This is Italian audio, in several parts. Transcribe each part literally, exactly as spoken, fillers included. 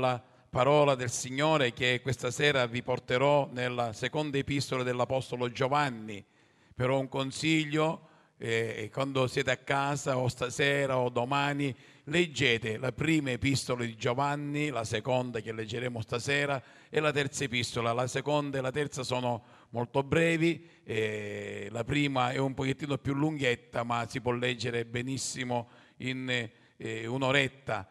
dalla parola del Signore che questa sera vi porterò nella seconda epistola dell'Apostolo Giovanni. Però un consiglio, eh, quando siete a casa o stasera o domani, leggete la prima epistola di Giovanni, la seconda che leggeremo stasera e la terza epistola. La seconda e la terza sono molto brevi, eh, la prima è un pochettino più lunghetta, ma si può leggere benissimo in eh, un'oretta.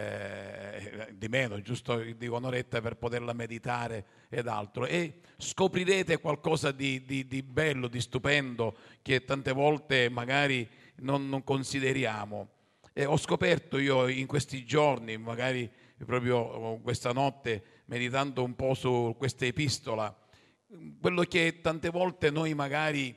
Eh, di meno, giusto, dico un'oretta per poterla meditare ed altro, e scoprirete qualcosa di, di, di bello, di stupendo che tante volte magari non, non consideriamo. E ho scoperto io in questi giorni, magari proprio questa notte, meditando un po' su questa epistola, quello che tante volte noi magari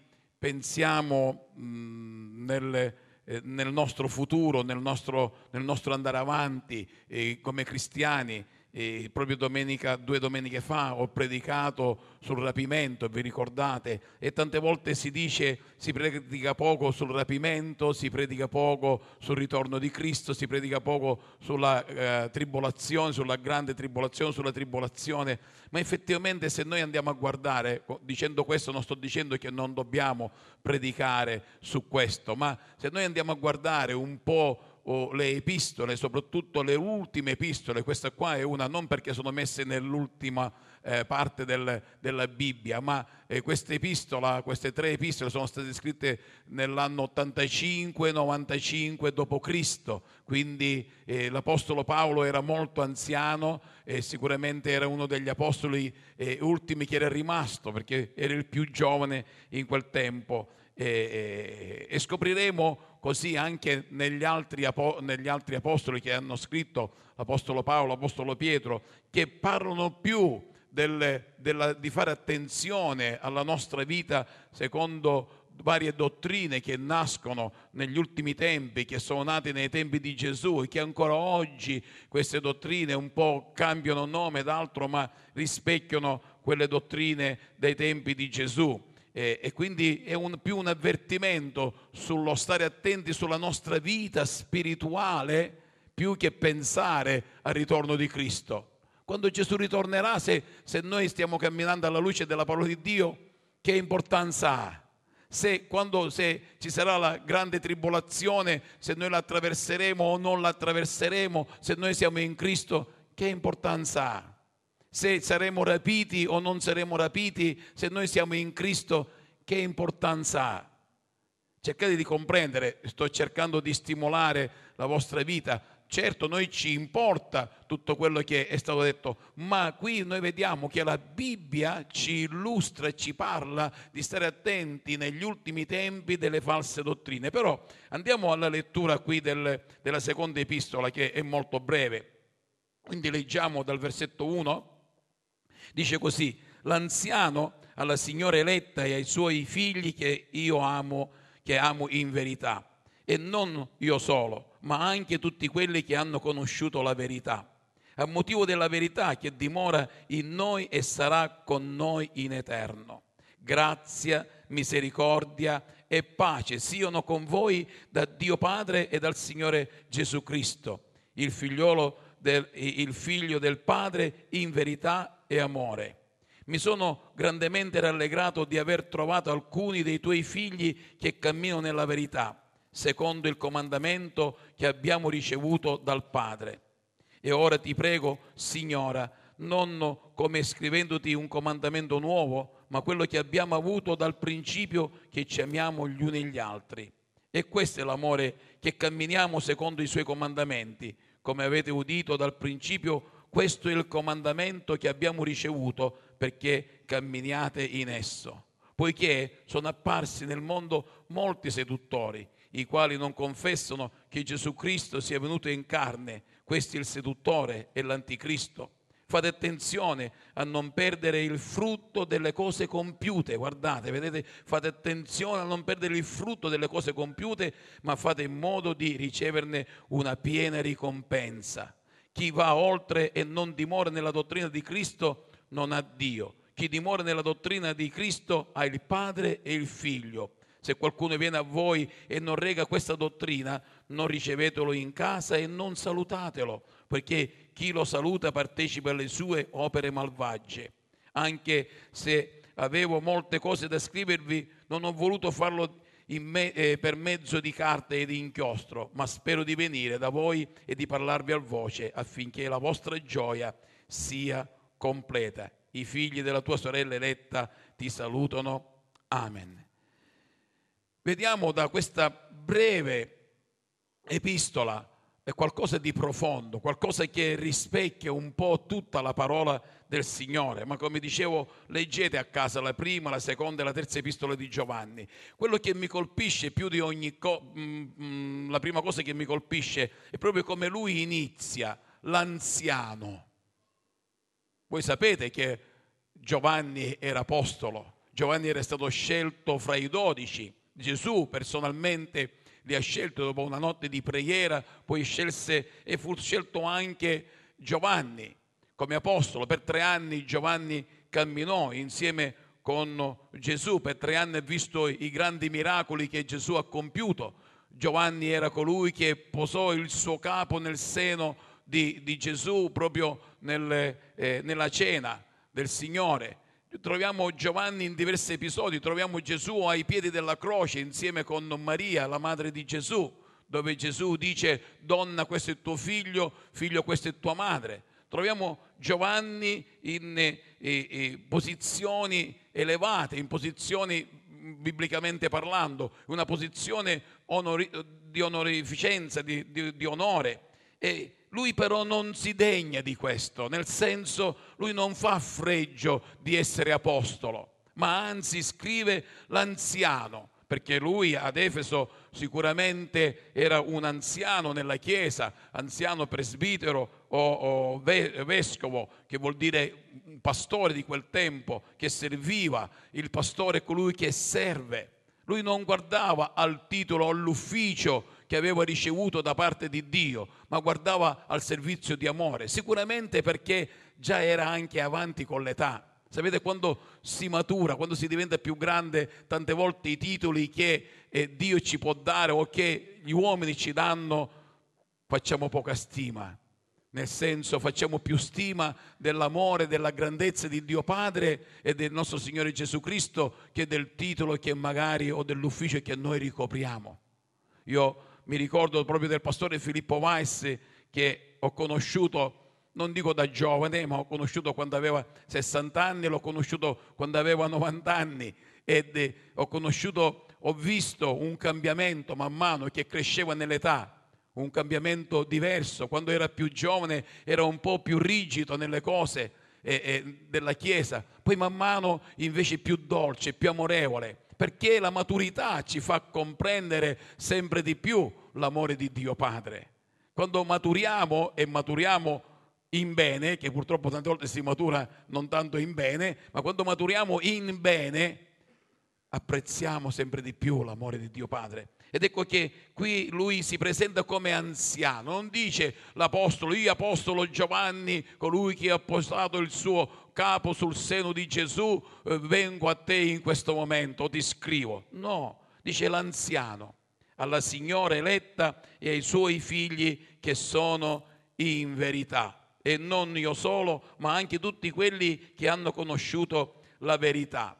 pensiamo mh, nel Eh, nel nostro futuro, nel nostro, nel nostro andare avanti eh, come cristiani. Eh, proprio domenica, due domeniche fa ho predicato sul rapimento, vi ricordate? E tante volte si dice, si predica poco sul rapimento, si predica poco sul ritorno di Cristo, si predica poco sulla eh, tribolazione, sulla grande tribolazione, sulla tribolazione, ma effettivamente se noi andiamo a guardare, dicendo questo non sto dicendo che non dobbiamo predicare su questo, ma se noi andiamo a guardare un po' o le epistole, soprattutto le ultime epistole, questa qua è una non perché sono messe nell'ultima eh, parte del, della Bibbia, ma eh, questa epistola, queste tre epistole sono state scritte nell'anno ottantacinque novantacinque dopo Cristo, quindi eh, l'Apostolo Paolo era molto anziano e sicuramente era uno degli apostoli eh, ultimi che era rimasto, perché era il più giovane in quel tempo. E, e, e scopriremo così anche negli altri, negli altri apostoli che hanno scritto, l'Apostolo Paolo, l'Apostolo Pietro, che parlano più del, della, di fare attenzione alla nostra vita secondo varie dottrine che nascono negli ultimi tempi, che sono nate nei tempi di Gesù e che ancora oggi queste dottrine un po' cambiano nome ed altro, ma rispecchiano quelle dottrine dei tempi di Gesù. E, e quindi è un, più un avvertimento sullo stare attenti sulla nostra vita spirituale più che pensare al ritorno di Cristo. Quando Gesù ritornerà, se, se noi stiamo camminando alla luce della parola di Dio, che importanza ha? Se, quando, se ci sarà la grande tribolazione, se noi la attraverseremo o non la attraverseremo, se noi siamo in Cristo, che importanza ha? Se saremo rapiti o non saremo rapiti, se noi siamo in Cristo, che importanza ha? Cercate di comprendere, sto cercando di stimolare la vostra vita. Certo, noi ci importa tutto quello che è stato detto, ma qui noi vediamo che la Bibbia ci illustra e ci parla di stare attenti negli ultimi tempi delle false dottrine. Però andiamo alla lettura qui del, della seconda epistola, che è molto breve. Quindi leggiamo dal versetto uno. Dice così: l'anziano alla signora eletta e ai suoi figli che io amo, che amo in verità, e non io solo, ma anche tutti quelli che hanno conosciuto la verità, a motivo della verità che dimora in noi e sarà con noi in eterno. Grazia, misericordia e pace siano con voi da Dio Padre e dal Signore Gesù Cristo, il figliolo del, il figlio del Padre in verità e amore. Mi sono grandemente rallegrato di aver trovato alcuni dei tuoi figli che camminano nella verità, secondo il comandamento che abbiamo ricevuto dal Padre. E ora ti prego, Signora, non come scrivendoti un comandamento nuovo, ma quello che abbiamo avuto dal principio, che ci amiamo gli uni gli altri. E questo è l'amore, che camminiamo secondo i suoi comandamenti. Come avete udito dal principio, questo è il comandamento che abbiamo ricevuto, perché camminiate in esso. Poiché sono apparsi nel mondo molti seduttori, i quali non confessano che Gesù Cristo sia venuto in carne. Questo è il seduttore e l'anticristo. Fate attenzione a non perdere il frutto delle cose compiute. Guardate, vedete, fate attenzione a non perdere il frutto delle cose compiute, ma fate in modo di riceverne una piena ricompensa. Chi va oltre e non dimora nella dottrina di Cristo non ha Dio. Chi dimora nella dottrina di Cristo ha il Padre e il Figlio. Se qualcuno viene a voi e non rega questa dottrina, non ricevetelo in casa e non salutatelo, perché chi lo saluta partecipa alle sue opere malvagie. Anche se avevo molte cose da scrivervi, non ho voluto farlo in me, eh, per mezzo di carte e di inchiostro, ma spero di venire da voi e di parlarvi a voce, affinché la vostra gioia sia completa. I figli della tua sorella eletta ti salutano. Amen. Vediamo da questa breve epistola è qualcosa di profondo, qualcosa che rispecchia un po' tutta la parola del Signore. Ma come dicevo, leggete a casa la prima, la seconda e la terza epistola di Giovanni. Quello che mi colpisce più di ogni cosa, la prima cosa che mi colpisce è proprio come lui inizia, l'anziano. Voi sapete che Giovanni era apostolo, Giovanni era stato scelto fra i dodici, Gesù personalmente li ha scelti dopo una notte di preghiera, poi scelse e fu scelto anche Giovanni come apostolo. Per tre anni Giovanni camminò insieme con Gesù, per tre anni ha visto i grandi miracoli che Gesù ha compiuto. Giovanni era colui che posò il suo capo nel seno di, di Gesù proprio nel, eh, nella cena del Signore. Troviamo Giovanni in diversi episodi, troviamo Gesù ai piedi della croce insieme con Maria, la madre di Gesù, dove Gesù dice: donna, questo è tuo figlio, figlio, questa è tua madre. Troviamo Giovanni in eh, eh, posizioni elevate, in posizioni biblicamente parlando, una posizione onori- di onorificenza, di, di, di onore. E lui però non si degna di questo, nel senso, lui non fa fregio di essere apostolo, ma anzi scrive l'anziano, perché lui ad Efeso sicuramente era un anziano nella chiesa, anziano presbitero o, o vescovo, che vuol dire un pastore di quel tempo che serviva. Il pastore è colui che serve. Lui non guardava al titolo o all'ufficio che aveva ricevuto da parte di Dio, ma guardava al servizio di amore, sicuramente perché già era anche avanti con l'età. Sapete, quando si matura, quando si diventa più grande, tante volte i titoli che eh, Dio ci può dare o che gli uomini ci danno, facciamo poca stima. Nel senso, facciamo più stima dell'amore, della grandezza di Dio Padre e del nostro Signore Gesù Cristo che del titolo che magari o dell'ufficio che noi ricopriamo. Io mi ricordo proprio del pastore Filippo Weiss, che ho conosciuto, non dico da giovane, ma ho conosciuto quando aveva sessanta anni, l'ho conosciuto quando aveva novanta anni ed eh, ho conosciuto, ho visto un cambiamento man mano che cresceva nell'età, un cambiamento diverso. Quando era più giovane era un po' più rigido nelle cose eh, eh, della Chiesa, poi man mano invece più dolce, più amorevole, perché la maturità ci fa comprendere sempre di più l'amore di Dio Padre. Quando maturiamo e maturiamo in bene, che purtroppo tante volte si matura non tanto in bene, ma quando maturiamo in bene apprezziamo sempre di più l'amore di Dio Padre. Ed ecco che qui lui si presenta come anziano, non dice l'apostolo, io apostolo Giovanni, colui che ha posato il suo capo sul seno di Gesù, eh, vengo a te in questo momento, ti scrivo. No, dice l'anziano, alla signora eletta e ai suoi figli che sono in verità. E non io solo, ma anche tutti quelli che hanno conosciuto la verità.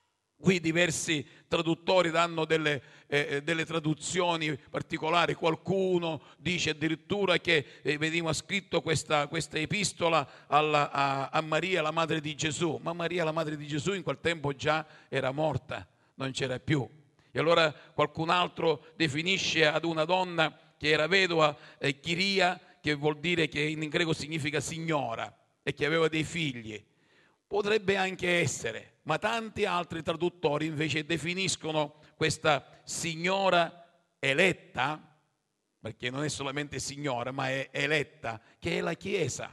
Qui diversi traduttori danno delle, eh, delle traduzioni particolari. Qualcuno dice addirittura che eh, veniva scritto questa, questa epistola alla, a, a Maria, la madre di Gesù. Ma Maria, la madre di Gesù, in quel tempo già era morta, non c'era più. E allora qualcun altro definisce ad una donna che era vedova eh, Chiria, che vuol dire, che in greco significa signora, e che aveva dei figli. Potrebbe anche essere, ma tanti altri traduttori invece definiscono questa signora eletta, perché non è solamente signora, ma è eletta, che è la Chiesa.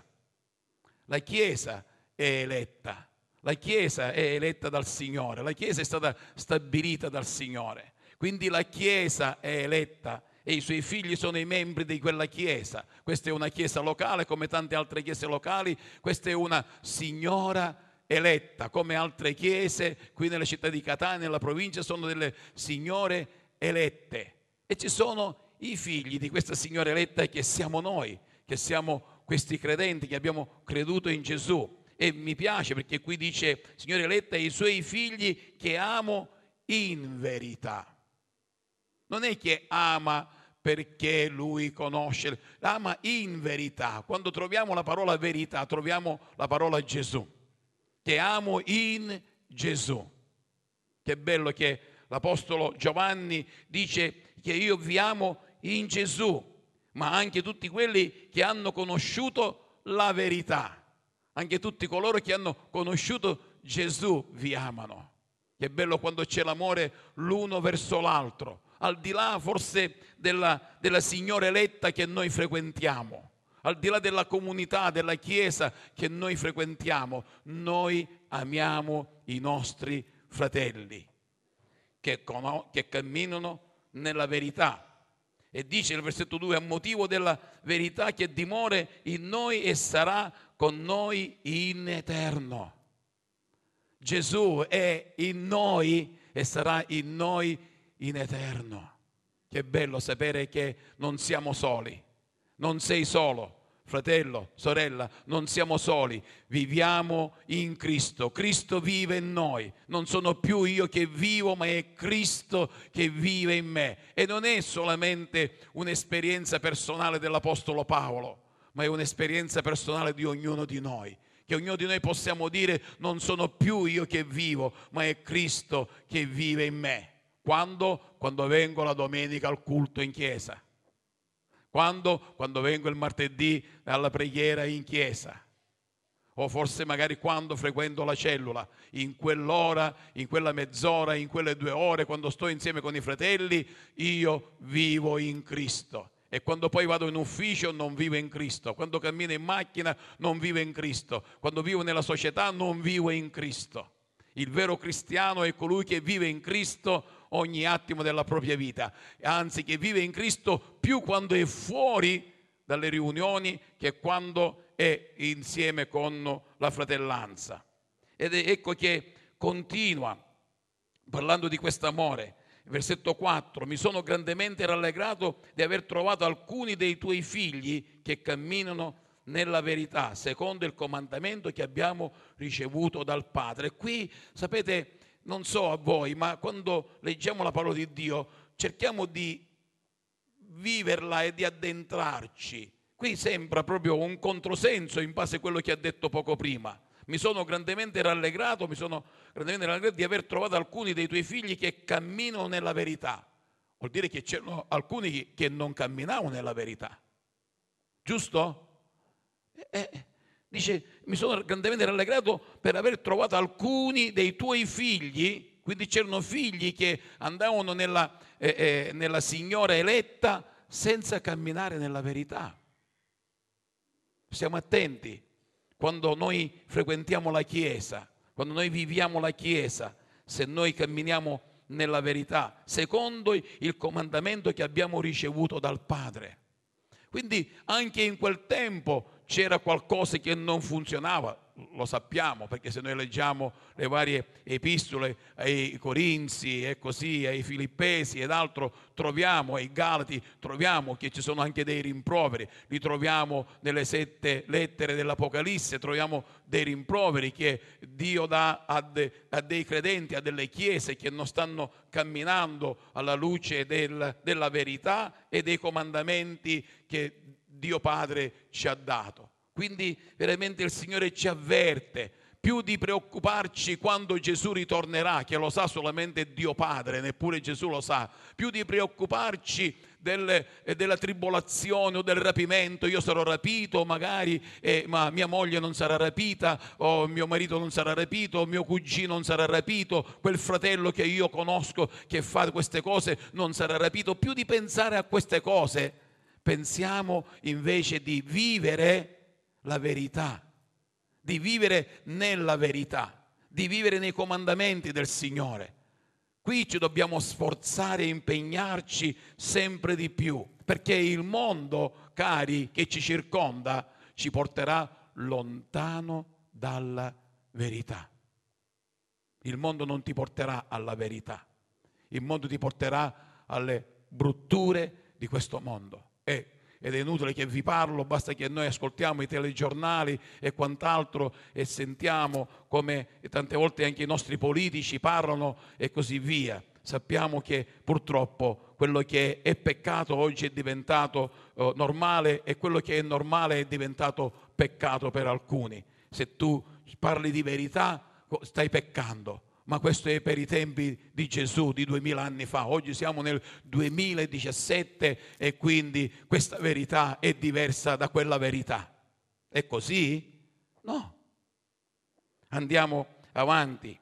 La Chiesa è eletta, la Chiesa è eletta dal Signore, la Chiesa è stata stabilita dal Signore. Quindi la Chiesa è eletta e i suoi figli sono i membri di quella Chiesa. Questa è una Chiesa locale come tante altre chiese locali, questa è una signora eletta, come altre chiese qui nella città di Catania, nella provincia, sono delle signore elette. E ci sono i figli di questa signora eletta che siamo noi, che siamo questi credenti, che abbiamo creduto in Gesù. E mi piace perché qui dice signora eletta e i suoi figli che amo in verità. Non è che ama perché lui conosce, ama in verità. Quando troviamo la parola verità, troviamo la parola Gesù, che amo in Gesù. Che bello che l'Apostolo Giovanni dice che io vi amo in Gesù, ma anche tutti quelli che hanno conosciuto la verità. Anche tutti coloro che hanno conosciuto Gesù vi amano. Che bello quando c'è l'amore l'uno verso l'altro, al di là forse della, della signora eletta che noi frequentiamo, al di là della comunità, della chiesa che noi frequentiamo, noi amiamo i nostri fratelli che, con, che camminano nella verità. E dice il versetto due, a motivo della verità che dimora in noi e sarà con noi in eterno. Gesù è in noi e sarà in noi in eterno. Che bello sapere che non siamo soli. Non sei solo, fratello, sorella, non siamo soli. Viviamo in Cristo. Cristo vive in noi. Non sono più io che vivo, ma è Cristo che vive in me. E non è solamente un'esperienza personale dell'Apostolo Paolo, ma è un'esperienza personale di ognuno di noi, che ognuno di noi possiamo dire non sono più io che vivo, ma è Cristo che vive in me. Quando? Quando vengo la domenica al culto in chiesa. Quando? Quando vengo il martedì alla preghiera in chiesa. O forse magari quando frequento la cellula, in quell'ora, in quella mezz'ora, in quelle due ore, quando sto insieme con i fratelli, io vivo in Cristo. E quando poi vado in ufficio non vivo in Cristo, quando cammino in macchina non vivo in Cristo, quando vivo nella società non vivo in Cristo. Il vero cristiano è colui che vive in Cristo ogni attimo della propria vita, anzi che vive in Cristo più quando è fuori dalle riunioni che quando è insieme con la fratellanza. Ed ecco che continua parlando di questo amore. Versetto quattro, mi sono grandemente rallegrato di aver trovato alcuni dei tuoi figli che camminano nella verità, secondo il comandamento che abbiamo ricevuto dal Padre. E qui, sapete, non so a voi, ma quando leggiamo la parola di Dio, cerchiamo di viverla e di addentrarci. Qui sembra proprio un controsenso in base a quello che ha detto poco prima. Mi sono grandemente rallegrato, mi sono grandemente rallegrato di aver trovato alcuni dei tuoi figli che camminano nella verità. Vuol dire che c'erano alcuni che non camminavano nella verità. Giusto? Eh, eh, dice, mi sono grandemente rallegrato per aver trovato alcuni dei tuoi figli, quindi c'erano figli che andavano nella, eh, eh, nella signora eletta senza camminare nella verità. Stiamo attenti. Quando noi frequentiamo la Chiesa, quando noi viviamo la Chiesa, se noi camminiamo nella verità, secondo il comandamento che abbiamo ricevuto dal Padre. Quindi anche in quel tempo c'era qualcosa che non funzionava, lo sappiamo, perché se noi leggiamo le varie epistole ai Corinzi e così, ai Filippesi ed altro, troviamo, ai Galati, troviamo che ci sono anche dei rimproveri, li troviamo nelle sette lettere dell'Apocalisse, troviamo dei rimproveri che Dio dà a, de, a dei credenti, a delle chiese che non stanno camminando alla luce del, della verità e dei comandamenti che Dio Padre ci ha dato. Quindi veramente il Signore ci avverte, più di preoccuparci quando Gesù ritornerà, che lo sa solamente Dio Padre, neppure Gesù lo sa, più di preoccuparci del, della tribolazione o del rapimento, io sarò rapito magari, eh, ma mia moglie non sarà rapita, o mio marito non sarà rapito, o mio cugino non sarà rapito, quel fratello che io conosco che fa queste cose non sarà rapito. Più di pensare a queste cose, pensiamo invece di vivere la verità, di vivere nella verità, di vivere nei comandamenti del Signore. Qui ci dobbiamo sforzare e impegnarci sempre di più, perché il mondo, cari, che ci circonda, ci porterà lontano dalla verità. Il mondo non ti porterà alla verità. Il mondo ti porterà alle brutture di questo mondo. E, ed è inutile che vi parlo, basta che noi ascoltiamo i telegiornali e quant'altro e sentiamo come tante volte anche i nostri politici parlano e così via. Sappiamo che purtroppo quello che è peccato oggi è diventato eh, normale e quello che è normale è diventato peccato per alcuni. Se tu parli di verità stai peccando, ma questo è per i tempi di Gesù di duemila anni fa. Oggi siamo nel duemiladiciassette e quindi questa verità è diversa da quella verità. È così? No. Andiamo avanti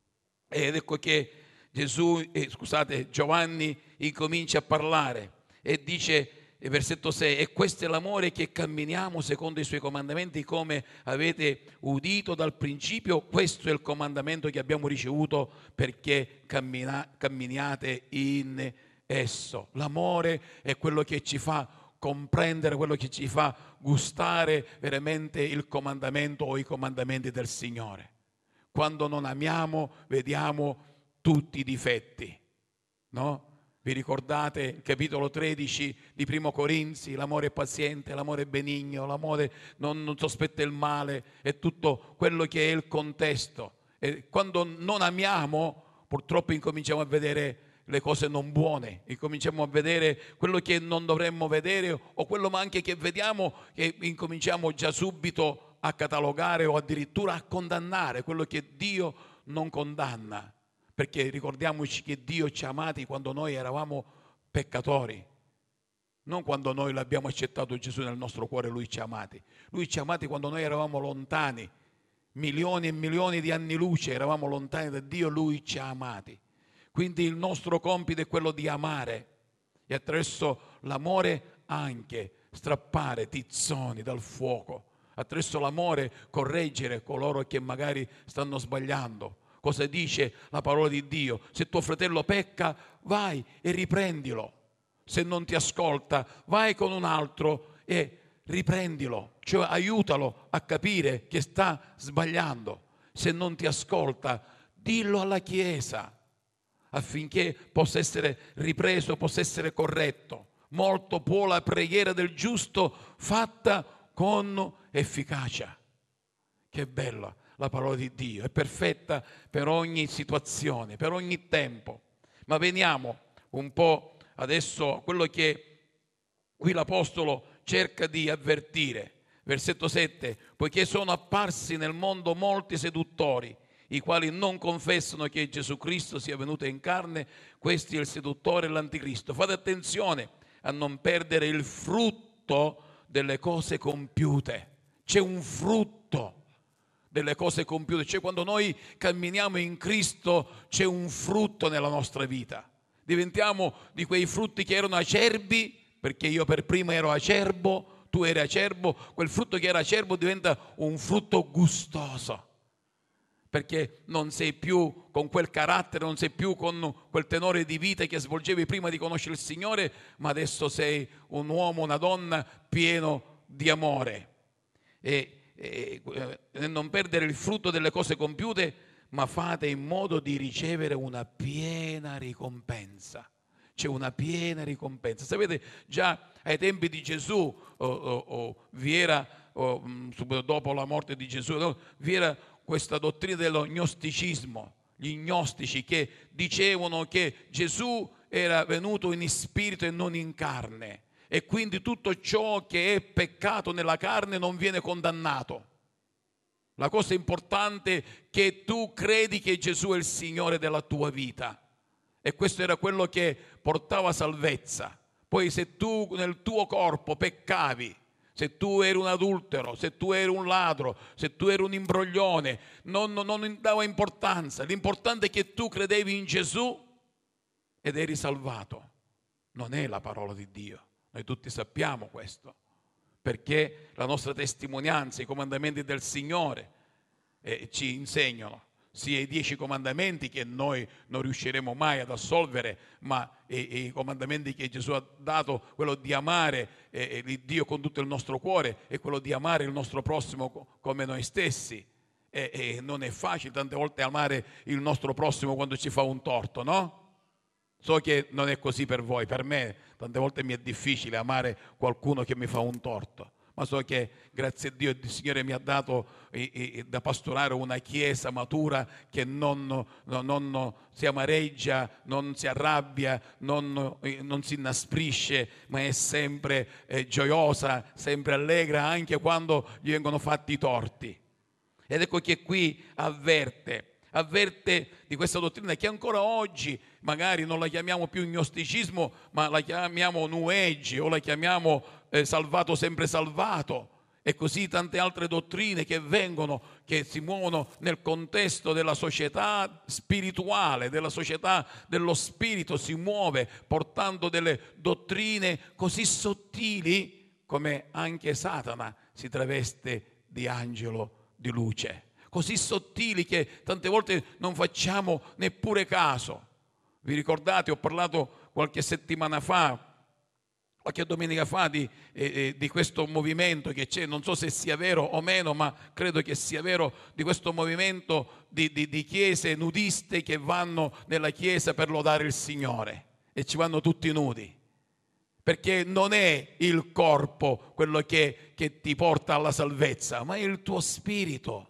ed ecco che Gesù, eh, scusate, Giovanni incomincia a parlare e dice, versetto sei, e questo è l'amore che camminiamo secondo i suoi comandamenti come avete udito dal principio, questo è il comandamento che abbiamo ricevuto perché cammina, camminiate in esso. L'amore è quello che ci fa comprendere, quello che ci fa gustare veramente il comandamento o i comandamenti del Signore. Quando non amiamo vediamo tutti i difetti, no? Vi ricordate il capitolo tredici di Primo Corinzi? L'amore è paziente, l'amore è benigno, l'amore non, non sospetta il male, è tutto quello che è il contesto. E quando non amiamo, purtroppo incominciamo a vedere le cose non buone, incominciamo a vedere quello che non dovremmo vedere o quello ma anche che vediamo che incominciamo già subito a catalogare o addirittura a condannare quello che Dio non condanna. Perché ricordiamoci che Dio ci ha amati quando noi eravamo peccatori, non quando noi l'abbiamo accettato Gesù nel nostro cuore, Lui ci ha amati. Lui ci ha amati quando noi eravamo lontani, milioni e milioni di anni luce, eravamo lontani da Dio, Lui ci ha amati. Quindi il nostro compito è quello di amare e attraverso l'amore anche strappare tizzoni dal fuoco, attraverso l'amore correggere coloro che magari stanno sbagliando. Cosa dice la parola di Dio? Se tuo fratello pecca, vai e riprendilo. Se non ti ascolta, vai con un altro e riprendilo, cioè aiutalo a capire che sta sbagliando. Se non ti ascolta, dillo alla Chiesa affinché possa essere ripreso, possa essere corretto. Molto può la preghiera del giusto fatta con efficacia. Che bella la parola di Dio, è perfetta per ogni situazione, per ogni tempo. Ma veniamo un po' adesso a quello che qui l'Apostolo cerca di avvertire. Versetto sette, poiché sono apparsi nel mondo molti seduttori, i quali non confessano che Gesù Cristo sia venuto in carne, questi è il seduttore e l'anticristo. Fate attenzione a non perdere il frutto delle cose compiute. C'è un frutto delle cose compiute, cioè quando noi camminiamo in Cristo c'è un frutto nella nostra vita. Diventiamo di quei frutti che erano acerbi, perché io per primo ero acerbo, tu eri acerbo, quel frutto che era acerbo diventa un frutto gustoso, perché non sei più con quel carattere, non sei più con quel tenore di vita che svolgevi prima di conoscere il Signore, ma adesso sei un uomo, una donna pieno di amore. E E non perdere il frutto delle cose compiute, ma fate in modo di ricevere una piena ricompensa. C'è una piena ricompensa. Sapete, già ai tempi di Gesù, oh, oh, oh, vi era, oh, subito dopo la morte di Gesù, no, vi era questa dottrina dello gnosticismo, gli gnostici che dicevano che Gesù era venuto in spirito e non in carne. E quindi tutto ciò che è peccato nella carne non viene condannato. La cosa importante è che tu credi che Gesù è il Signore della tua vita. E questo era quello che portava salvezza. Poi se tu nel tuo corpo peccavi, se tu eri un adultero, se tu eri un ladro, se tu eri un imbroglione, non, non, non dava importanza. L'importante è che tu credevi in Gesù ed eri salvato. Non è la parola di Dio. Noi tutti sappiamo questo, perché la nostra testimonianza, i comandamenti del Signore eh, ci insegnano, sia i dieci comandamenti che noi non riusciremo mai ad assolvere, ma e, e i comandamenti che Gesù ha dato, quello di amare eh, Dio con tutto il nostro cuore e quello di amare il nostro prossimo come noi stessi. E, e non è facile tante volte amare il nostro prossimo quando ci fa un torto, no? So che non è così per voi, per me tante volte mi è difficile amare qualcuno che mi fa un torto, ma so che grazie a Dio il Signore mi ha dato eh, eh, da pastorare una chiesa matura che non, no, non si amareggia, non si arrabbia, non, eh, non si inasprisce, ma è sempre eh, gioiosa, sempre allegra anche quando gli vengono fatti i torti. Ed ecco che qui avverte, avverte di questa dottrina che ancora oggi magari non la chiamiamo più gnosticismo, ma la chiamiamo New Age o la chiamiamo eh, salvato sempre salvato, e così tante altre dottrine che vengono, che si muovono nel contesto della società spirituale, della società dello spirito, si muove portando delle dottrine così sottili come anche Satana si traveste di angelo di luce, così sottili che tante volte non facciamo neppure caso. Vi ricordate, ho parlato qualche settimana fa, qualche domenica fa di, eh, di questo movimento che c'è, non so se sia vero o meno, ma credo che sia vero, di questo movimento di, di, di chiese nudiste che vanno nella chiesa per lodare il Signore e ci vanno tutti nudi. Perché non è il corpo quello che, che ti porta alla salvezza, ma è il tuo spirito,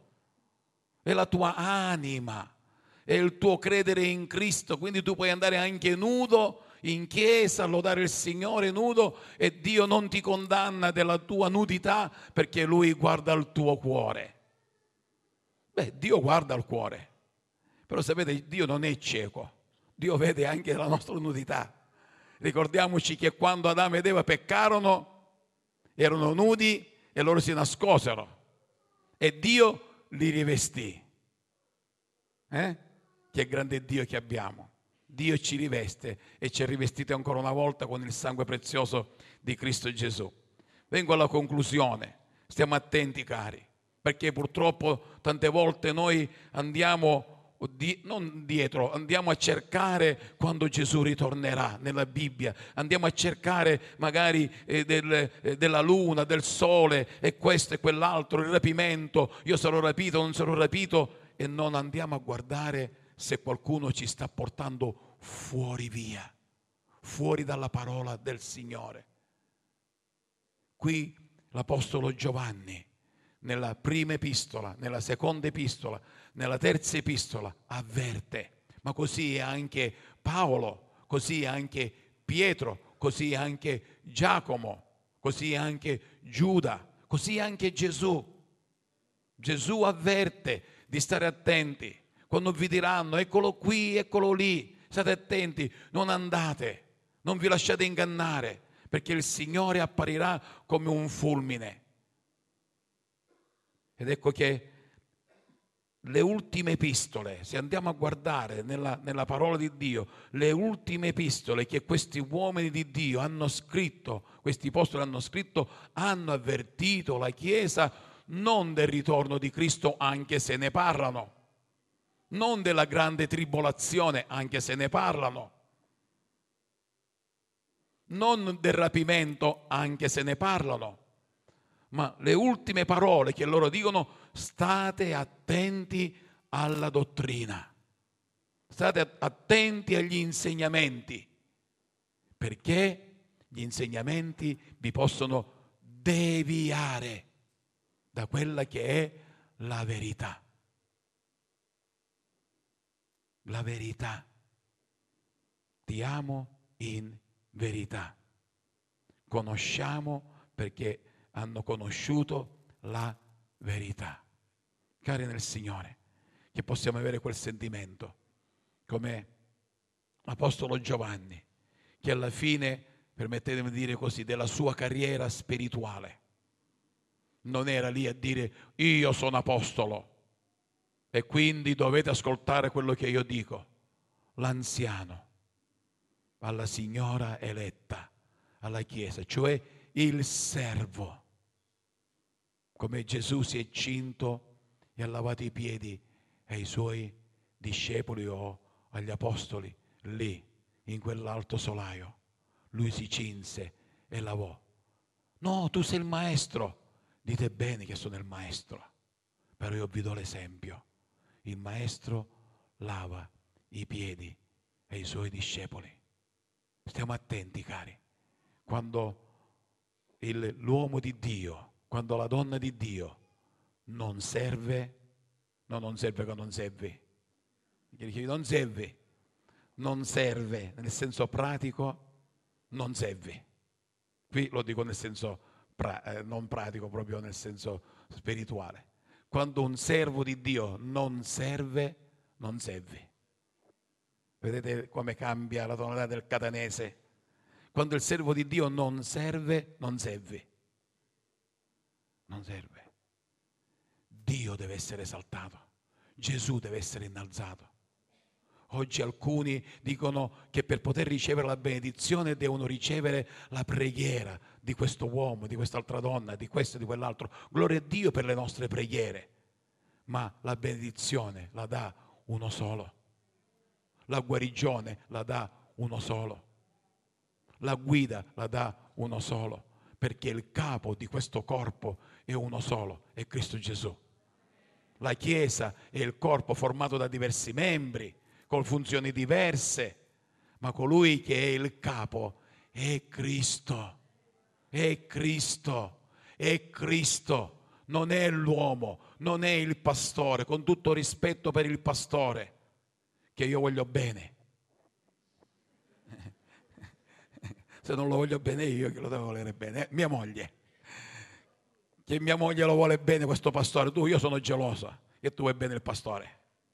è la tua anima, è il tuo credere in Cristo. Quindi tu puoi andare anche nudo in chiesa a lodare il Signore nudo e Dio non ti condanna della tua nudità, perché Lui guarda il tuo cuore. Beh, Dio guarda il cuore, però sapete, Dio non è cieco, Dio vede anche la nostra nudità. Ricordiamoci che quando Adamo ed Eva peccarono erano nudi e loro si nascosero e Dio li rivestì. Eh? Che grande Dio che abbiamo! Dio ci riveste e ci ha rivestiti ancora una volta con il sangue prezioso di Cristo Gesù. Vengo alla conclusione, stiamo attenti cari, perché purtroppo tante volte noi andiamo Di, non dietro, andiamo a cercare quando Gesù ritornerà nella Bibbia, andiamo a cercare magari eh, del, eh, della luna, del sole e questo e quell'altro, il rapimento, io sarò rapito, non sarò rapito, e non andiamo a guardare se qualcuno ci sta portando fuori via, fuori dalla parola del Signore. Qui l'Apostolo Giovanni, nella prima epistola, nella seconda epistola, nella terza epistola, avverte, ma così è anche Paolo, così è anche Pietro, così è anche Giacomo, così è anche Giuda, così è anche Gesù. Gesù avverte di stare attenti quando vi diranno eccolo qui, eccolo lì, state attenti, non andate, non vi lasciate ingannare, perché il Signore apparirà come un fulmine. Ed ecco che le ultime epistole, se andiamo a guardare nella, nella parola di Dio, le ultime epistole che questi uomini di Dio hanno scritto, questi apostoli hanno scritto, hanno avvertito la Chiesa non del ritorno di Cristo, anche se ne parlano, non della grande tribolazione, anche se ne parlano, non del rapimento, anche se ne parlano, ma le ultime parole che loro dicono: state attenti alla dottrina, state attenti agli insegnamenti, perché gli insegnamenti vi possono deviare da quella che è la verità. La verità. Ti amo in verità. Conosciamo perché hanno conosciuto la verità. Cari nel Signore, che possiamo avere quel sentimento come l'Apostolo Giovanni, che alla fine, permettetemi di dire così, della sua carriera spirituale non era lì a dire io sono apostolo e quindi dovete ascoltare quello che io dico. L'anziano alla signora eletta, alla Chiesa, cioè il servo, come Gesù si è cinto e ha lavato i piedi ai suoi discepoli o agli apostoli lì in quell'alto solaio, lui si cinse e lavò. No, tu sei il maestro. Dite bene che sono il maestro, Però io vi do l'esempio. Il maestro lava i piedi ai suoi discepoli. Stiamo attenti, cari. Quando il, l'uomo di Dio, quando la donna di Dio non serve, no, non serve che non serve, non serve, non serve nel senso pratico, non serve. Qui lo dico nel senso pra, eh, non pratico, proprio nel senso spirituale. Quando un servo di Dio non serve, non serve. Vedete come cambia la tonalità del catanese? Quando il servo di Dio non serve, non serve. Non serve. Dio deve essere esaltato. Gesù deve essere innalzato. Oggi alcuni dicono che per poter ricevere la benedizione devono ricevere la preghiera di questo uomo, di quest'altra donna, di questo e di quell'altro. Gloria a Dio per le nostre preghiere. Ma la benedizione la dà uno solo. La guarigione la dà uno solo. La guida la dà uno solo. Perché il capo di questo corpo è uno solo, è Cristo Gesù. La Chiesa è il corpo formato da diversi membri, con funzioni diverse, ma colui che è il capo è Cristo, è Cristo, è Cristo, non è l'uomo, non è il pastore, con tutto rispetto per il pastore, che io voglio bene. Se non lo voglio bene io, che lo devo volere bene? Mia moglie. Che mia moglie lo vuole bene questo pastore, tu, io sono gelosa che tu vuoi bene il pastore.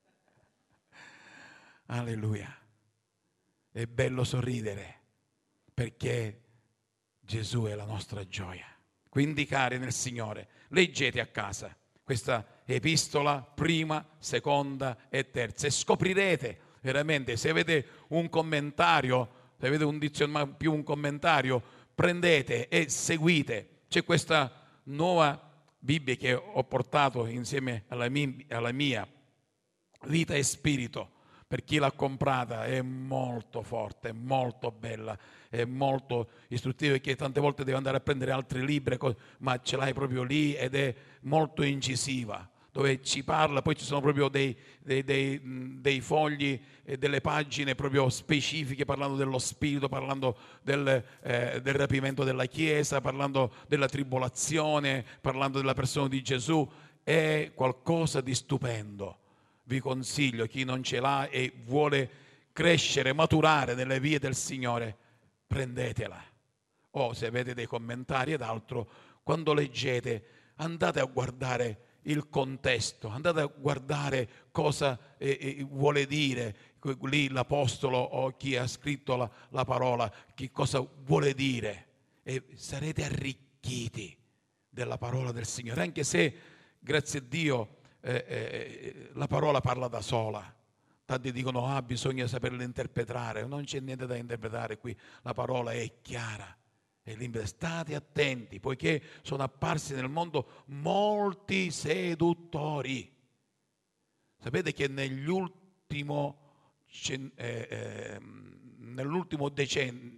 Alleluia. È bello sorridere perché Gesù è la nostra gioia. Quindi, cari nel Signore, leggete a casa questa epistola, prima, seconda e terza, e scoprirete veramente, se avete un commentario, se avete un dizionario più un commentario, prendete e seguite. C'è questa nuova Bibbia che ho portato insieme alla mia, alla mia Vita e Spirito. Per chi l'ha comprata è molto forte, è molto bella, è molto istruttiva, perché tante volte devi andare a prendere altri libri, ma ce l'hai proprio lì ed è molto incisiva, dove ci parla, poi ci sono proprio dei, dei, dei, dei fogli e delle pagine proprio specifiche parlando dello Spirito, parlando del, eh, del rapimento della Chiesa, parlando della tribolazione, parlando della persona di Gesù. È qualcosa di stupendo. Vi consiglio, chi non ce l'ha e vuole crescere, maturare nelle vie del Signore, prendetela. O se avete dei commentari ed altro, quando leggete andate a guardare il contesto, andate a guardare cosa eh, eh, vuole dire lì l'apostolo o chi ha scritto la, la parola, che cosa vuole dire, e sarete arricchiti della parola del Signore, anche se, grazie a Dio, Eh, eh, la parola parla da sola. Tanti dicono ah bisogna saperla interpretare, non c'è niente da interpretare qui, la parola è chiara e limpida. State attenti, poiché sono apparsi nel mondo molti seduttori. Sapete che negli ultimo, eh, eh, nell'ultimo decen-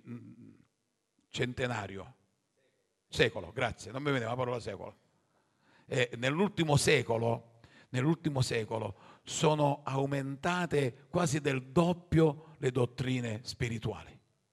centenario secolo, grazie, non mi veniva la parola secolo, eh, nell'ultimo secolo Nell'ultimo secolo sono aumentate quasi del doppio le dottrine spirituali.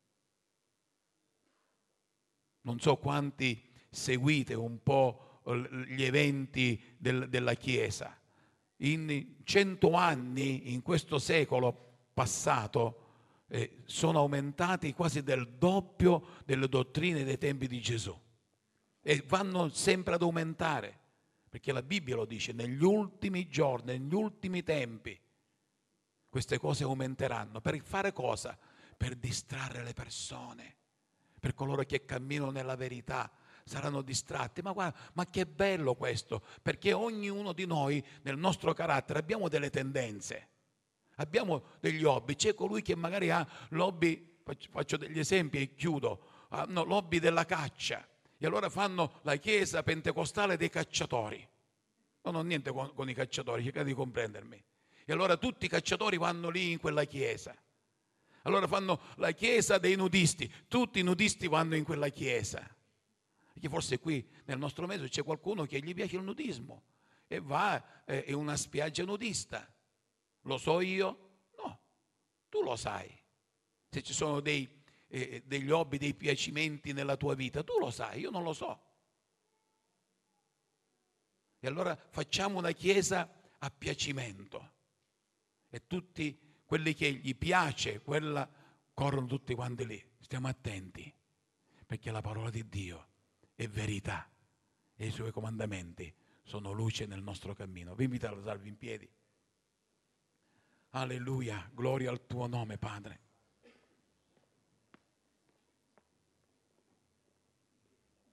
Non so quanti seguite un po' gli eventi del, della Chiesa. In cento anni, in questo secolo passato, eh, sono aumentati quasi del doppio delle dottrine dei tempi di Gesù. E vanno sempre ad aumentare. Perché la Bibbia lo dice, negli ultimi giorni, negli ultimi tempi, queste cose aumenteranno. Per fare cosa? Per distrarre le persone, per coloro che camminano nella verità, saranno distratti. Ma guarda, ma che bello questo, perché ognuno di noi, nel nostro carattere, abbiamo delle tendenze, abbiamo degli hobby. C'è colui che magari ha l'hobby, faccio degli esempi e chiudo, hanno l'hobby della caccia. E allora fanno la chiesa pentecostale dei cacciatori. Non ho niente con, con i cacciatori, cercate di comprendermi. E allora tutti i cacciatori vanno lì in quella chiesa. Allora fanno la chiesa dei nudisti, tutti i nudisti vanno in quella chiesa. Perché forse qui nel nostro mezzo c'è qualcuno che gli piace il nudismo e va eh, in una spiaggia nudista. Lo so io? No, tu lo sai. Se ci sono dei, eh, degli hobby, dei piacimenti nella tua vita, tu lo sai, io non lo so. E allora facciamo una chiesa a piacimento e tutti quelli che gli piace, quella corrono tutti quanti lì. Stiamo attenti, perché la parola di Dio è verità e i suoi comandamenti sono luce nel nostro cammino. Vi invito ad alzarvi in piedi. Alleluia, gloria al tuo nome, Padre.